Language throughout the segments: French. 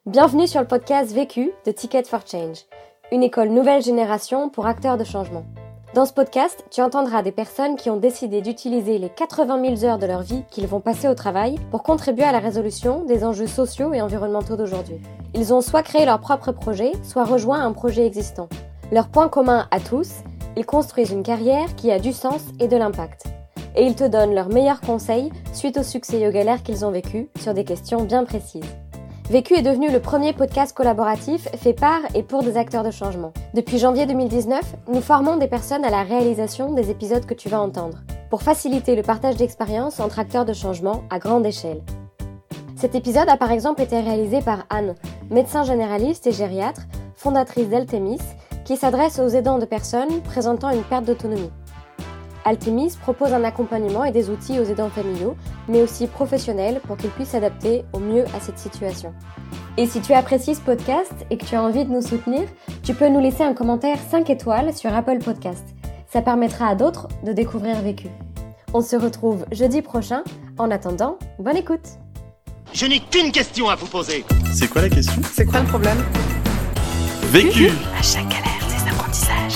Bienvenue sur le podcast Vécu de Ticket for Change, une école nouvelle génération pour acteurs de changement. Dans ce podcast, tu entendras des personnes qui ont décidé d'utiliser les 80 000 heures de leur vie qu'ils vont passer au travail pour contribuer à la résolution des enjeux sociaux et environnementaux d'aujourd'hui. Ils ont soit créé leur propre projet, soit rejoint un projet existant. Leur point commun à tous, ils construisent une carrière qui a du sens et de l'impact. Et ils te donnent leurs meilleurs conseils suite aux succès et aux galères qu'ils ont vécus sur des questions bien précises. Vécu est devenu le premier podcast collaboratif fait par et pour des acteurs de changement. Depuis janvier 2019, nous formons des personnes à la réalisation des épisodes que tu vas entendre, pour faciliter le partage d'expériences entre acteurs de changement à grande échelle. Cet épisode a par exemple été réalisé par Anne, médecin généraliste et gériatre, fondatrice d'Altémis, qui s'adresse aux aidants de personnes présentant une perte d'autonomie. Altémis propose un accompagnement et des outils aux aidants familiaux, mais aussi professionnels pour qu'ils puissent s'adapter au mieux à cette situation. Et si tu apprécies ce podcast et que tu as envie de nous soutenir, tu peux nous laisser un commentaire 5 étoiles sur Apple Podcast. Ça permettra à d'autres de découvrir Vécu. On se retrouve jeudi prochain. En attendant, bonne écoute. Je n'ai qu'une question à vous poser. C'est quoi la question ? C'est quoi le problème ? Vécu. À chaque galère, des apprentissages.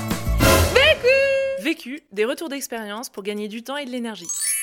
Vécu, des retours d'expérience pour gagner du temps et de l'énergie.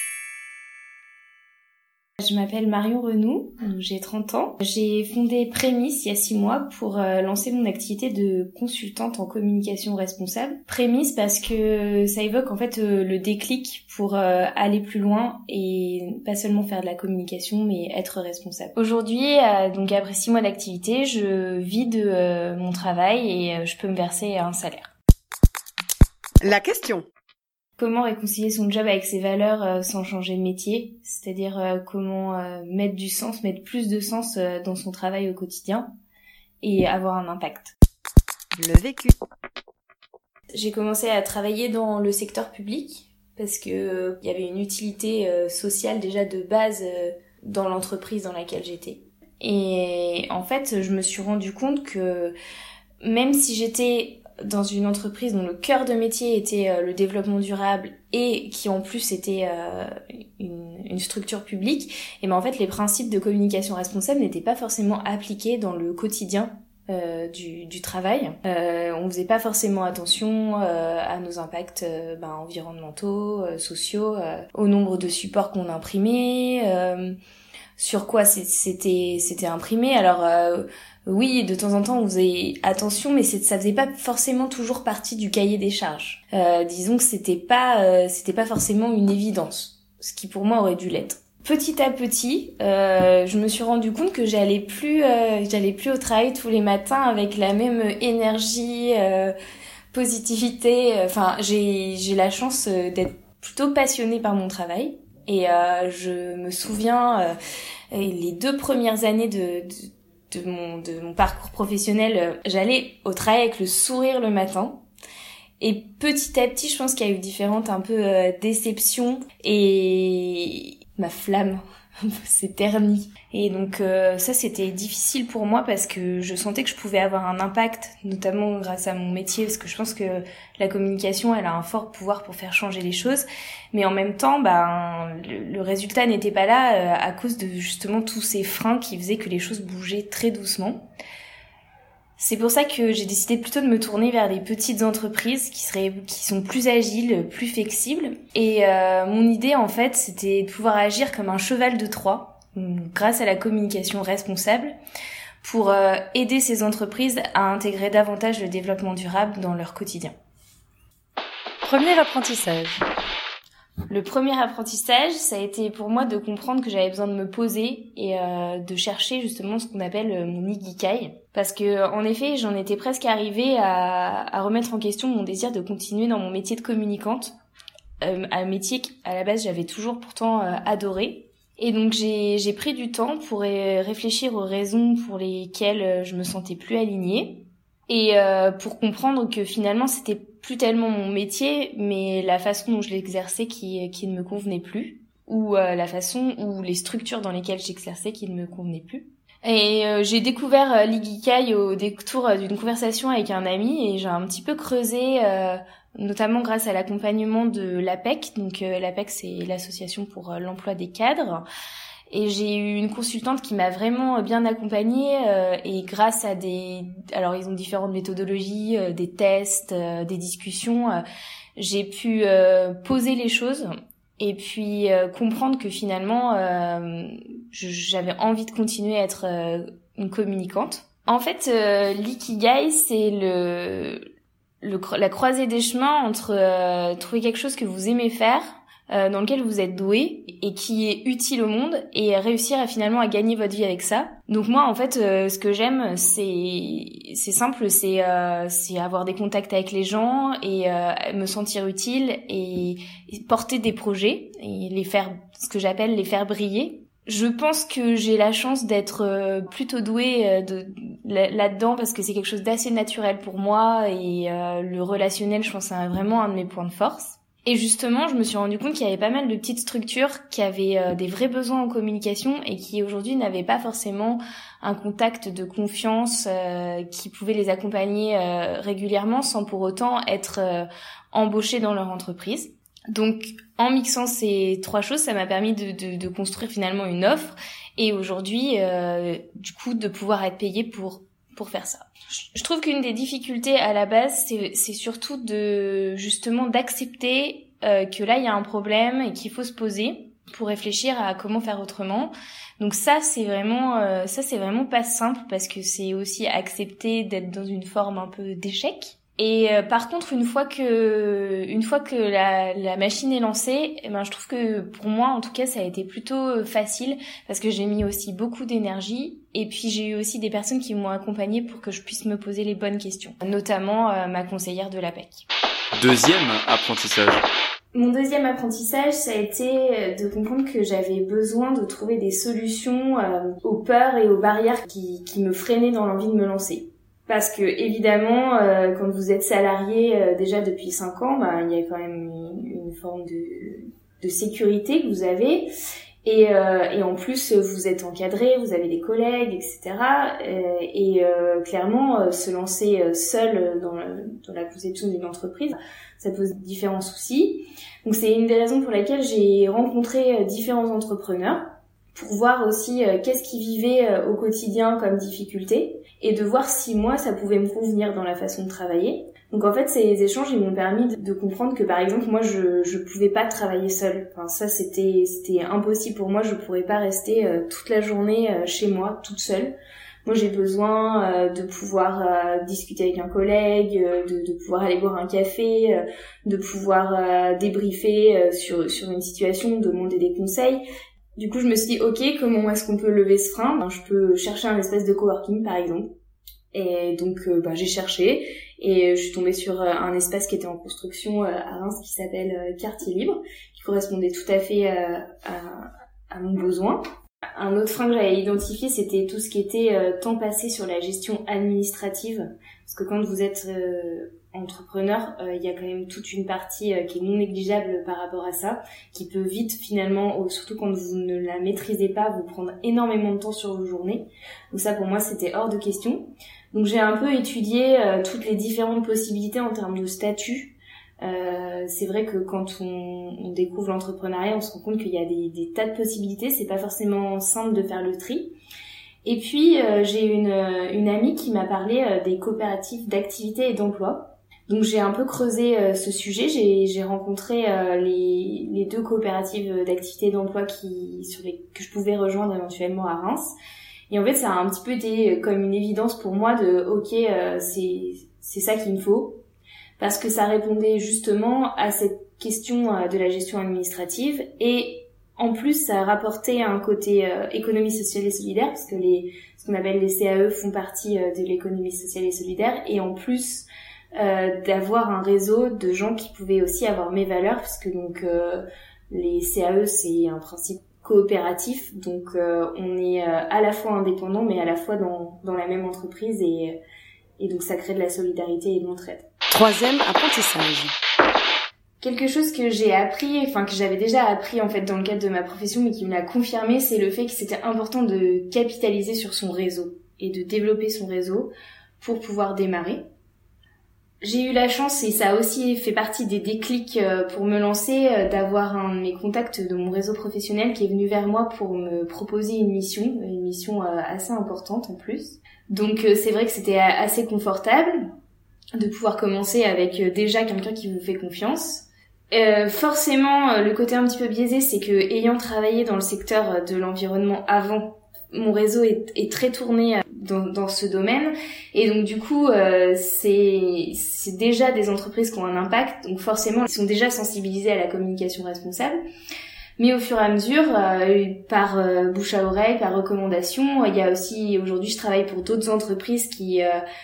Je m'appelle Marion Renoux, j'ai 30 ans. J'ai fondé Prémisse il y a 6 mois pour lancer mon activité de consultante en communication responsable. Prémisse parce que ça évoque en fait le déclic pour aller plus loin et pas seulement faire de la communication mais être responsable. Aujourd'hui, donc après 6 mois d'activité, je vis de mon travail et je peux me verser un salaire. La question. Comment réconcilier son job avec ses valeurs sans changer de métier ? C'est-à-dire comment mettre du sens, mettre plus de sens dans son travail au quotidien et avoir un impact. Le vécu. J'ai commencé à travailler dans le secteur public parce que il y avait une utilité sociale déjà de base dans l'entreprise dans laquelle j'étais. Et en fait, je me suis rendu compte que même si j'étais dans une entreprise dont le cœur de métier était le développement durable et qui en plus était une structure publique, et ben en fait les principes de communication responsable n'étaient pas forcément appliqués dans le quotidien du travail. On faisait pas forcément attention à nos impacts environnementaux, sociaux, au nombre de supports qu'on imprimait, sur quoi c'était imprimé. Alors oui, de temps en temps, on faisait attention, mais ça faisait pas forcément toujours partie du cahier des charges. Disons que c'était pas forcément une évidence, ce qui pour moi aurait dû l'être. Petit à petit, je me suis rendu compte que j'allais plus au travail tous les matins avec la même énergie, positivité. Enfin, j'ai la chance d'être plutôt passionnée par mon travail. Et je me souviens, les 2 premières années de mon parcours professionnel, j'allais au travail avec le sourire le matin. Et petit à petit, je pense qu'il y a eu différentes un peu déceptions et ma flamme s'est ternie. Et donc ça, c'était difficile pour moi parce que je sentais que je pouvais avoir un impact, notamment grâce à mon métier, parce que je pense que la communication, elle a un fort pouvoir pour faire changer les choses. Mais en même temps, le résultat n'était pas là à cause de justement tous ces freins qui faisaient que les choses bougeaient très doucement. C'est pour ça que j'ai décidé plutôt de me tourner vers des petites entreprises qui sont plus agiles, plus flexibles. Et mon idée, en fait, c'était de pouvoir agir comme un cheval de Troie, grâce à la communication responsable, pour aider ces entreprises à intégrer davantage le développement durable dans leur quotidien. Premier apprentissage. Le premier apprentissage, ça a été pour moi de comprendre que j'avais besoin de me poser et de chercher justement ce qu'on appelle mon ikigai. Parce que en effet, j'en étais presque arrivée à remettre en question mon désir de continuer dans mon métier de communicante. Un métier qu'à la base j'avais toujours pourtant adoré. Et donc j'ai pris du temps pour réfléchir aux raisons pour lesquelles je me sentais plus alignée. Et pour comprendre que finalement c'était plus tellement mon métier, mais la façon dont je l'exerçais qui ne me convenait plus, ou la façon ou les structures dans lesquelles j'exerçais qui ne me convenaient plus. Et j'ai découvert l'ikigai au détour d'une conversation avec un ami et j'ai un petit peu creusé, notamment grâce à l'accompagnement de l'APEC. Donc l'APEC, c'est l'association pour l'emploi des cadres. Et j'ai eu une consultante qui m'a vraiment bien accompagnée et grâce à alors ils ont différentes méthodologies, des tests, des discussions, j'ai pu poser les choses et puis comprendre que finalement j'avais envie de continuer à être une communicante. En fait, l'ikigai, c'est la croisée des chemins entre trouver quelque chose que vous aimez faire, dans lequel vous êtes doué et qui est utile au monde et réussir à finalement à gagner votre vie avec ça. Donc moi en fait ce que j'aime c'est simple, c'est avoir des contacts avec les gens et me sentir utile et porter des projets et les faire, ce que j'appelle les faire briller. Je pense que j'ai la chance d'être plutôt douée là-dedans parce que c'est quelque chose d'assez naturel pour moi et le relationnel, je pense, c'est vraiment un de mes points de force. Et justement, je me suis rendu compte qu'il y avait pas mal de petites structures qui avaient des vrais besoins en communication et qui aujourd'hui n'avaient pas forcément un contact de confiance qui pouvait les accompagner régulièrement sans pour autant être embauchés dans leur entreprise. Donc, en mixant ces trois choses, ça m'a permis de construire finalement une offre et aujourd'hui, du coup, de pouvoir être payée pour faire ça. Je trouve qu'une des difficultés à la base, c'est surtout justement d'accepter que là il y a un problème et qu'il faut se poser pour réfléchir à comment faire autrement. Donc ça c'est vraiment pas simple parce que c'est aussi accepter d'être dans une forme un peu d'échec. Et par contre une fois que la machine est lancée, je trouve que pour moi en tout cas ça a été plutôt facile parce que j'ai mis aussi beaucoup d'énergie et puis j'ai eu aussi des personnes qui m'ont accompagnée pour que je puisse me poser les bonnes questions, notamment ma conseillère de l'APEC. Deuxième apprentissage. Mon deuxième apprentissage, ça a été de comprendre que j'avais besoin de trouver des solutions aux peurs et aux barrières qui me freinaient dans l'envie de me lancer. Parce que évidemment, quand vous êtes salarié déjà depuis 5 ans, il y a quand même une forme de sécurité que vous avez. Et en plus, vous êtes encadré, vous avez des collègues, etc. Clairement, se lancer seul dans la conception d'une entreprise, ça pose différents soucis. Donc c'est une des raisons pour lesquelles j'ai rencontré différents entrepreneurs pour voir aussi qu'est-ce qu'ils vivaient au quotidien comme difficulté et de voir si moi ça pouvait me convenir dans la façon de travailler. Donc en fait ces échanges ils m'ont permis de comprendre que par exemple moi je pouvais pas travailler seule. Enfin ça c'était impossible pour moi, je pourrais pas rester toute la journée chez moi toute seule. Moi j'ai besoin de pouvoir discuter avec un collègue, de pouvoir aller boire un café, de pouvoir débriefer sur une situation, demander des conseils. Du coup, je me suis dit, ok, comment est-ce qu'on peut lever ce frein ? Je peux chercher un espace de coworking, par exemple. Et donc, j'ai cherché et je suis tombée sur un espace qui était en construction à Reims qui s'appelle Quartier Libre, qui correspondait tout à fait à mon besoin. Un autre frein que j'avais identifié, c'était tout ce qui était temps passé sur la gestion administrative. Parce que quand vous êtes entrepreneur, il y a quand même toute une partie qui est non négligeable par rapport à ça, qui peut vite finalement, surtout quand vous ne la maîtrisez pas, vous prendre énormément de temps sur vos journées. Donc ça pour moi c'était hors de question. Donc j'ai un peu étudié toutes les différentes possibilités en termes de statut. C'est vrai que quand on découvre l'entrepreneuriat, on se rend compte qu'il y a des tas de possibilités, c'est pas forcément simple de faire le tri. Et puis j'ai une amie qui m'a parlé des coopératives d'activité et d'emploi. Donc j'ai un peu creusé ce sujet, j'ai rencontré les deux coopératives d'activité et d'emploi que je pouvais rejoindre éventuellement à Reims. Et en fait ça a un petit peu été comme une évidence pour moi c'est ça qu'il me faut. Parce que ça répondait justement à cette question de la gestion administrative et en plus ça rapportait un côté économie sociale et solidaire parce que ce qu'on appelle les CAE font partie de l'économie sociale et solidaire et en plus d'avoir un réseau de gens qui pouvaient aussi avoir mes valeurs puisque donc les CAE c'est un principe coopératif donc on est à la fois indépendant mais à la fois dans la même entreprise et donc ça crée de la solidarité et de l'entraide. Troisième apprentissage. Quelque chose que j'ai appris, que j'avais déjà appris en fait dans le cadre de ma profession mais qui me l'a confirmé, c'est le fait que c'était important de capitaliser sur son réseau et de développer son réseau pour pouvoir démarrer. J'ai eu la chance, et ça a aussi fait partie des déclics pour me lancer, d'avoir un de mes contacts de mon réseau professionnel qui est venu vers moi pour me proposer une mission assez importante en plus. Donc c'est vrai que c'était assez confortable de pouvoir commencer avec déjà quelqu'un qui vous fait confiance. Forcément, le côté un petit peu biaisé, c'est que ayant travaillé dans le secteur de l'environnement avant, mon réseau est très tourné dans ce domaine, et donc du coup c'est déjà des entreprises qui ont un impact, donc forcément ils sont déjà sensibilisés à la communication responsable. Mais au fur et à mesure, par bouche à oreille, par recommandation, il y a aussi, aujourd'hui je travaille pour d'autres entreprises qui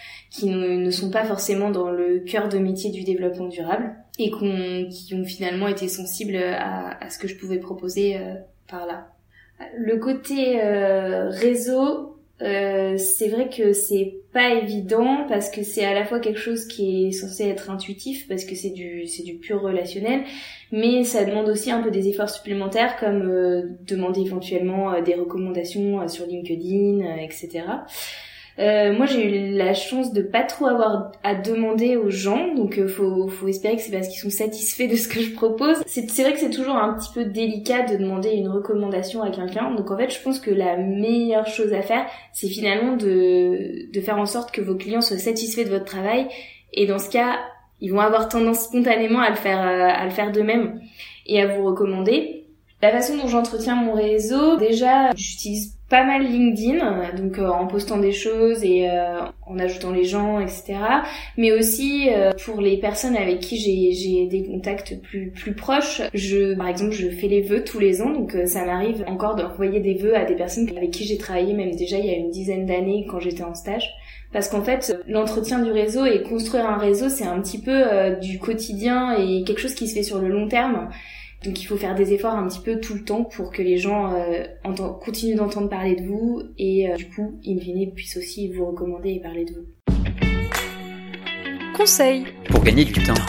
ne sont pas forcément dans le cœur de métier du développement durable et qui ont finalement été sensibles à ce que je pouvais proposer par là. Le côté réseau, c'est vrai que c'est pas évident parce que c'est à la fois quelque chose qui est censé être intuitif parce que c'est du pur relationnel, mais ça demande aussi un peu des efforts supplémentaires comme demander éventuellement des recommandations sur LinkedIn, etc. Moi j'ai eu la chance de pas trop avoir à demander aux gens, donc faut espérer que c'est parce qu'ils sont satisfaits de ce que je propose. C'est vrai que c'est toujours un petit peu délicat de demander une recommandation à quelqu'un, donc en fait je pense que la meilleure chose à faire c'est finalement de faire en sorte que vos clients soient satisfaits de votre travail, et dans ce cas ils vont avoir tendance spontanément à le faire d'eux-mêmes et à vous recommander. La façon dont j'entretiens mon réseau, déjà j'utilise pas mal LinkedIn, donc en postant des choses et en ajoutant les gens, etc. Mais aussi pour les personnes avec qui j'ai des contacts plus proches, par exemple je fais les vœux tous les ans, donc ça m'arrive encore d'envoyer des vœux à des personnes avec qui j'ai travaillé même déjà il y a une dizaine d'années quand j'étais en stage. Parce qu'en fait, l'entretien du réseau et construire un réseau, c'est un petit peu du quotidien et quelque chose qui se fait sur le long terme. Donc il faut faire des efforts un petit peu tout le temps pour que les gens continuent d'entendre parler de vous et du coup, in fine, puissent aussi vous recommander et parler de vous. Conseil pour gagner du temps.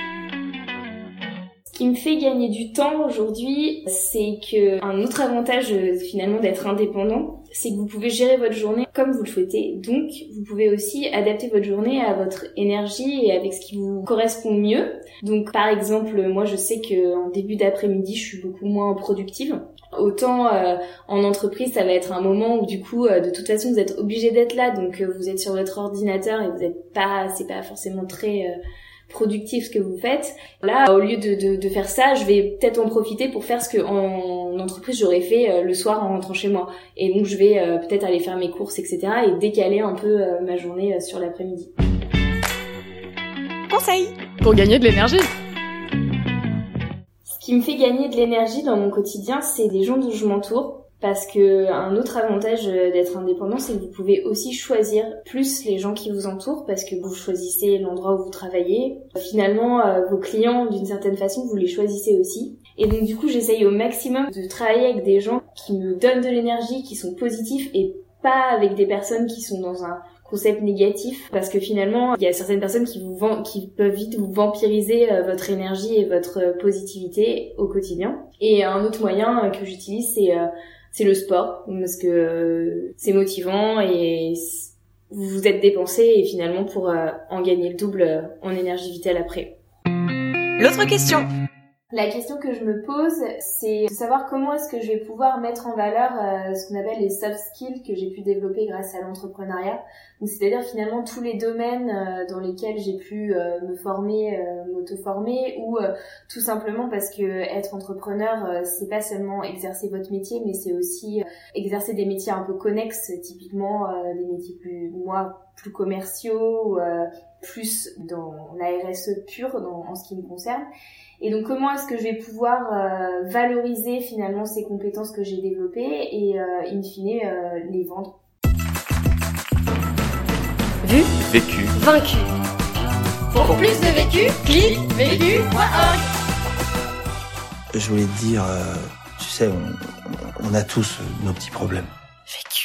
Ce qui me fait gagner du temps aujourd'hui, c'est que un autre avantage finalement d'être indépendant, c'est que vous pouvez gérer votre journée comme vous le souhaitez. Donc, vous pouvez aussi adapter votre journée à votre énergie et avec ce qui vous correspond mieux. Donc, par exemple, moi, je sais qu'en début d'après-midi, je suis beaucoup moins productive. Autant en entreprise, ça va être un moment où du coup, de toute façon, vous êtes obligé d'être là. Donc, vous êtes sur votre ordinateur et c'est pas forcément très productif ce que vous faites. Là, au lieu de faire ça, je vais peut-être en profiter pour faire ce que en entreprise j'aurais fait le soir en rentrant chez moi. Et donc je vais peut-être aller faire mes courses, etc. et décaler un peu ma journée sur l'après-midi. Conseil pour gagner de l'énergie. Ce qui me fait gagner de l'énergie dans mon quotidien, c'est les gens dont je m'entoure. Parce que un autre avantage d'être indépendant, c'est que vous pouvez aussi choisir plus les gens qui vous entourent parce que vous choisissez l'endroit où vous travaillez. Finalement, vos clients, d'une certaine façon, vous les choisissez aussi. Et donc du coup, j'essaye au maximum de travailler avec des gens qui me donnent de l'énergie, qui sont positifs et pas avec des personnes qui sont dans un concept négatif, parce que finalement il y a certaines personnes qui peuvent vite vous vampiriser votre énergie et votre positivité au quotidien. Et un autre moyen que j'utilise, c'est le sport, parce que c'est motivant et vous vous êtes dépensé et finalement pour en gagner le double en énergie vitale après. L'autre question. La question que je me pose, c'est de savoir comment est-ce que je vais pouvoir mettre en valeur ce qu'on appelle les soft skills que j'ai pu développer grâce à l'entrepreneuriat. Donc c'est-à-dire finalement tous les domaines dans lesquels j'ai pu me former, m'auto-former, ou tout simplement parce que être entrepreneur, c'est pas seulement exercer votre métier, mais c'est aussi exercer des métiers un peu connexes, typiquement des métiers plus commerciaux, plus dans la RSE pure en ce qui me concerne. Et donc comment est-ce que je vais pouvoir valoriser finalement ces compétences que j'ai développées et in fine les vendre. Vu, Vécu, vaincu. Pour plus de vécu, clique vécu.org. Je voulais te dire, tu sais, on a tous nos petits problèmes. Vécu.